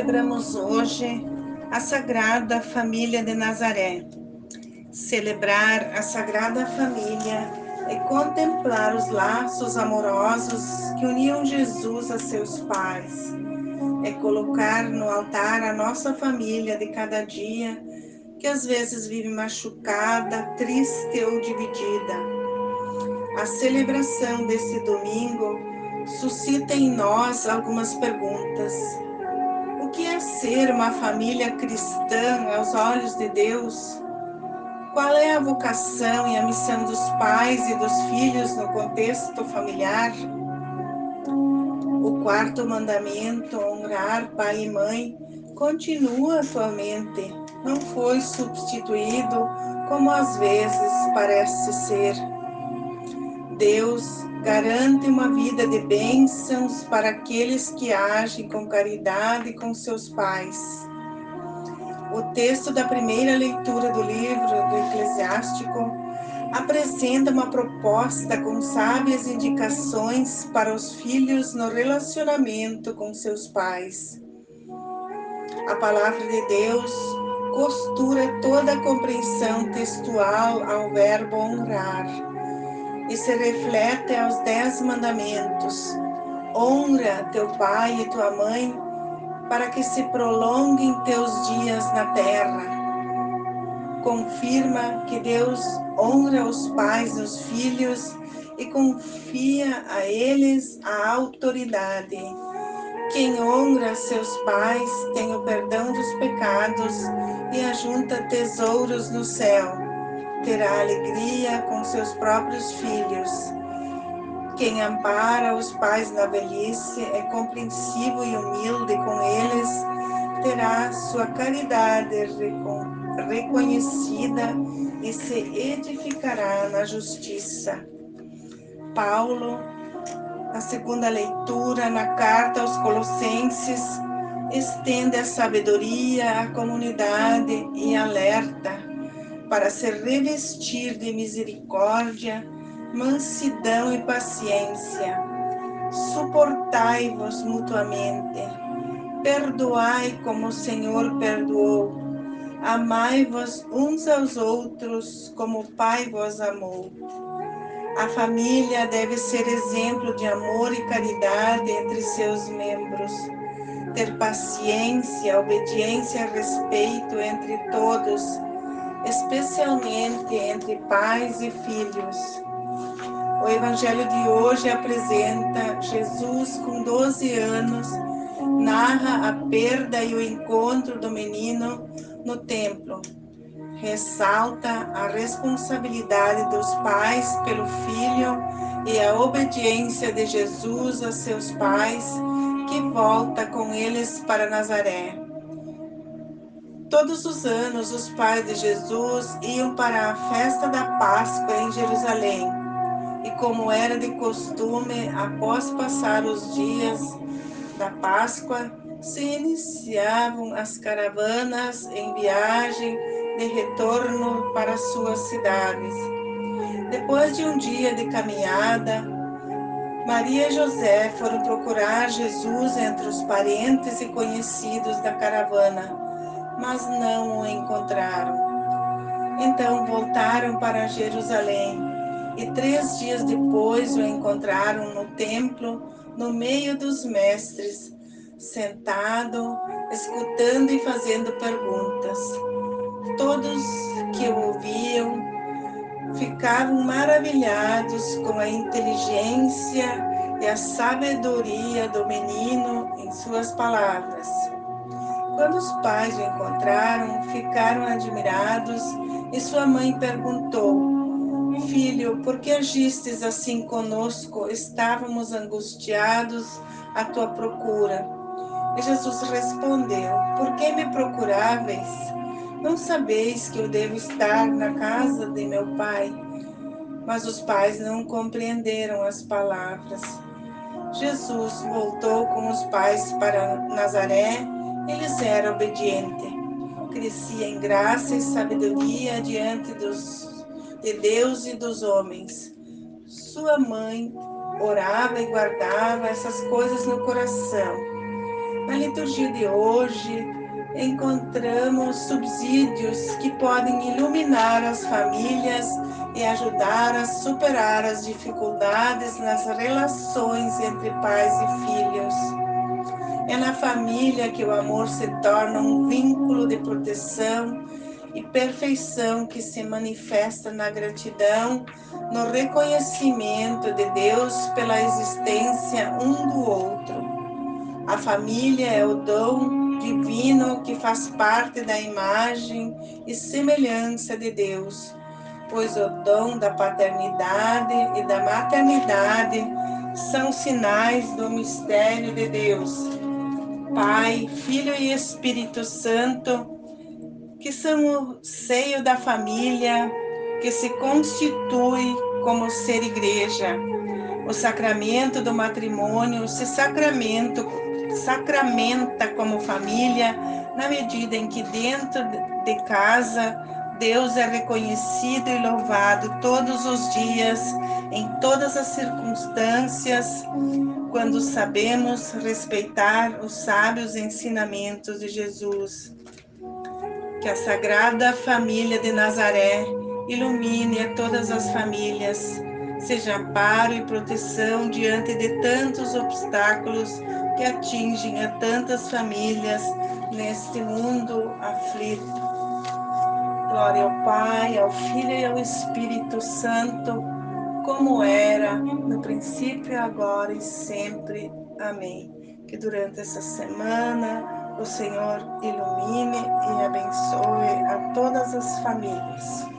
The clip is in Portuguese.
celebramos hoje a Sagrada Família de Nazaré. Celebrar a Sagrada Família é contemplar os laços amorosos que uniam Jesus a seus pais. É colocar no altar a nossa família de cada dia, que às vezes vive machucada, triste ou dividida. A celebração desse domingo suscita em nós algumas perguntas. O que é ser uma família cristã aos olhos de Deus? Qual é a vocação e a missão dos pais e dos filhos no contexto familiar? O quarto mandamento, honrar pai e mãe, continua atualmente, não foi substituído como às vezes parece ser. Deus garante uma vida de bênçãos para aqueles que agem com caridade com seus pais. O texto da primeira leitura do livro do Eclesiástico apresenta uma proposta com sábias indicações para os filhos no relacionamento com seus pais. A palavra de Deus costura toda a compreensão textual ao verbo honrar e se reflete aos 10 mandamentos. Honra teu pai e tua mãe para que se prolonguem teus dias na terra. Confirma que Deus honra os pais nos filhos e confia a eles a autoridade. Quem honra seus pais tem o perdão dos pecados e ajunta tesouros no céu. Terá alegria com seus próprios filhos. Quem ampara os pais na velhice é compreensivo e humilde com eles, terá sua caridade reconhecida e se edificará na justiça. Paulo, na segunda leitura, na carta aos Colossenses, estende a sabedoria à comunidade e alerta para se revestir de misericórdia, mansidão e paciência. Suportai-vos mutuamente, perdoai como o Senhor perdoou, amai-vos uns aos outros como o Pai vos amou. A família deve ser exemplo de amor e caridade entre seus membros, ter paciência, obediência e respeito entre todos, especialmente entre pais e filhos. O Evangelho de hoje apresenta Jesus com 12 anos, narra a perda e o encontro do menino no templo. Ressalta a responsabilidade dos pais pelo filho e a obediência de Jesus a seus pais, que volta com eles para Nazaré. Todos os anos, os pais de Jesus iam para a festa da Páscoa em Jerusalém. E como era de costume, após passar os dias da Páscoa, se iniciavam as caravanas em viagem de retorno para suas cidades. Depois de um dia de caminhada, Maria e José foram procurar Jesus entre os parentes e conhecidos da caravana, mas não o encontraram. Então voltaram para Jerusalém e 3 dias depois o encontraram no templo, no meio dos mestres, sentado, escutando e fazendo perguntas. Todos que o ouviam ficavam maravilhados com a inteligência e a sabedoria do menino em suas palavras. Quando os pais o encontraram, ficaram admirados e sua mãe perguntou: Filho, por que agistes assim conosco? Estávamos angustiados à tua procura. E Jesus respondeu: Por que me procuráveis? Não sabeis que eu devo estar na casa de meu pai? Mas os pais não compreenderam as palavras. Jesus voltou com os pais para Nazaré. Eles eram obedientes. Crescia em graça e sabedoria diante de Deus e dos homens. Sua mãe orava e guardava essas coisas no coração. Na liturgia de hoje, encontramos subsídios que podem iluminar as famílias e ajudar a superar as dificuldades nas relações entre pais e filhos. É na família que o amor se torna um vínculo de proteção e perfeição que se manifesta na gratidão, no reconhecimento de Deus pela existência um do outro. A família é o dom divino que faz parte da imagem e semelhança de Deus, pois o dom da paternidade e da maternidade são sinais do mistério de Deus, Pai, Filho e Espírito Santo, que são o seio da família, que se constitui como ser igreja. O sacramento do matrimônio se sacramenta como família, na medida em que dentro de casa Deus é reconhecido e louvado todos os dias, em todas as circunstâncias, quando sabemos respeitar os sábios ensinamentos de Jesus. Que a Sagrada Família de Nazaré ilumine a todas as famílias, seja amparo e proteção diante de tantos obstáculos que atingem a tantas famílias neste mundo aflito. Glória ao Pai, ao Filho e ao Espírito Santo, como era no princípio, agora e sempre. Amém. Que durante essa semana o Senhor ilumine e abençoe a todas as famílias.